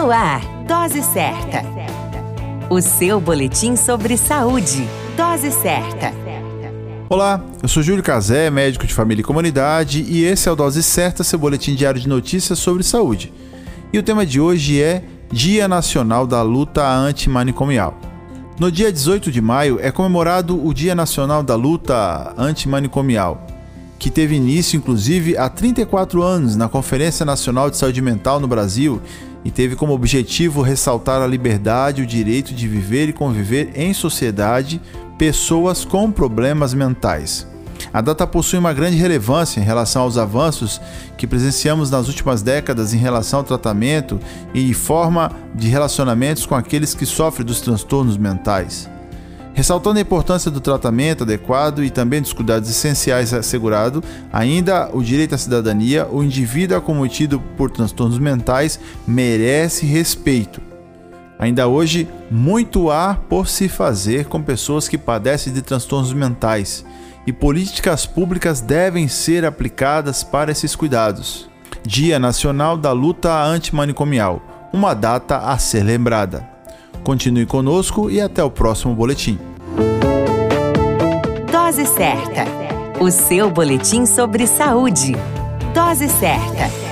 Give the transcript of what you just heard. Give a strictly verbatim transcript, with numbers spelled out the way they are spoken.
No ar, Dose Certa. O seu boletim sobre saúde. Dose Certa. Olá, eu sou Júlio Cazé, médico de família e comunidade, e esse é o Dose Certa, seu boletim diário de notícias sobre saúde. E o tema de hoje é Dia Nacional da Luta Antimanicomial. No dia dezoito de maio é comemorado o Dia Nacional da Luta Antimanicomial, que teve início inclusive há trinta e quatro anos na Conferência Nacional de Saúde Mental no Brasil e teve como objetivo ressaltar a liberdade e o direito de viver e conviver em sociedade pessoas com problemas mentais. A data possui uma grande relevância em relação aos avanços que presenciamos nas últimas décadas em relação ao tratamento e forma de relacionamentos com aqueles que sofrem dos transtornos mentais. Ressaltando a importância do tratamento adequado e também dos cuidados essenciais assegurado, ainda o direito à cidadania, o indivíduo acometido por transtornos mentais merece respeito. Ainda hoje, muito há por se fazer com pessoas que padecem de transtornos mentais e políticas públicas devem ser aplicadas para esses cuidados. Dia Nacional da Luta Antimanicomial, uma data a ser lembrada. Continue conosco e até o próximo boletim. Dose Certa. O seu boletim sobre saúde. Dose Certa.